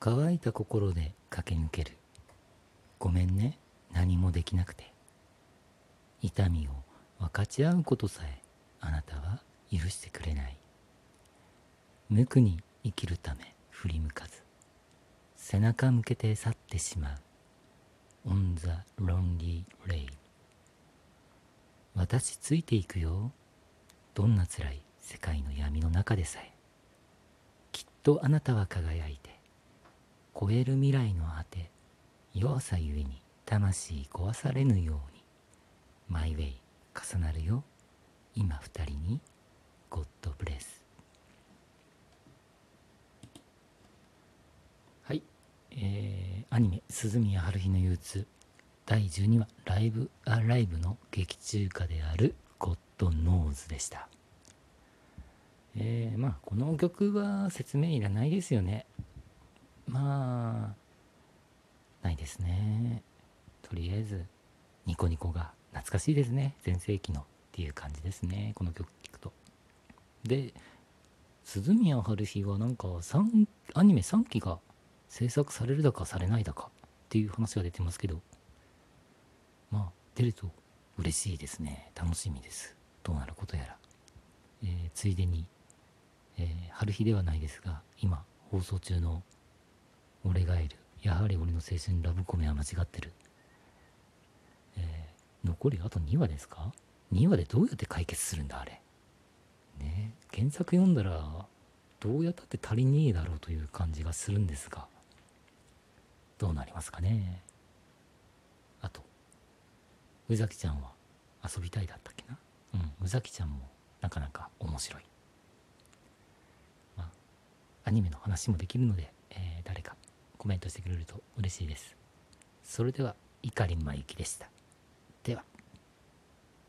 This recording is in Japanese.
乾いた心で駆け抜ける。ごめんね、何もできなくて。痛みを分かち合うことさえあなたは許してくれない。無垢に生きるため振り向かず、背中向けて去ってしまう。On the lonely rail。私ついていくよ。どんな辛い世界の闇の中でさえ。きっとあなたは輝いて、超える未来の果て、弱さゆえに魂壊されぬように。マイウェイ重なるよ。今二人にゴッドブレス。はい、アニメ鈴宮春日の憂鬱第12話ライブアライブの劇中歌であるゴッドノーズでした。まあこの曲は説明いらないですよね。まあないですね。とりあえずニコニコが懐かしいですね。全盛期のっていう感じですね、この曲聴くと。で、鈴宮春日はなんかアニメ3期が制作されるだかされないだかっていう話が出てますけど、まあ出ると嬉しいですね。楽しみです、どうなることやら。ついでに、春日ではないですが今放送中の俺がいるやはり俺の青春ラブコメは間違ってる、残りあと2話ですか。2話でどうやって解決するんだあれね。原作読んだらどうやったって足りねえだろうという感じがするんですが、どうなりますかね。あと宇崎ちゃんは遊びたいだったっけな。宇崎ちゃんもなかなか面白い。まあアニメの話もできるので、誰かコメントしてくれると嬉しいです。それでは、碇真由紀でした。では。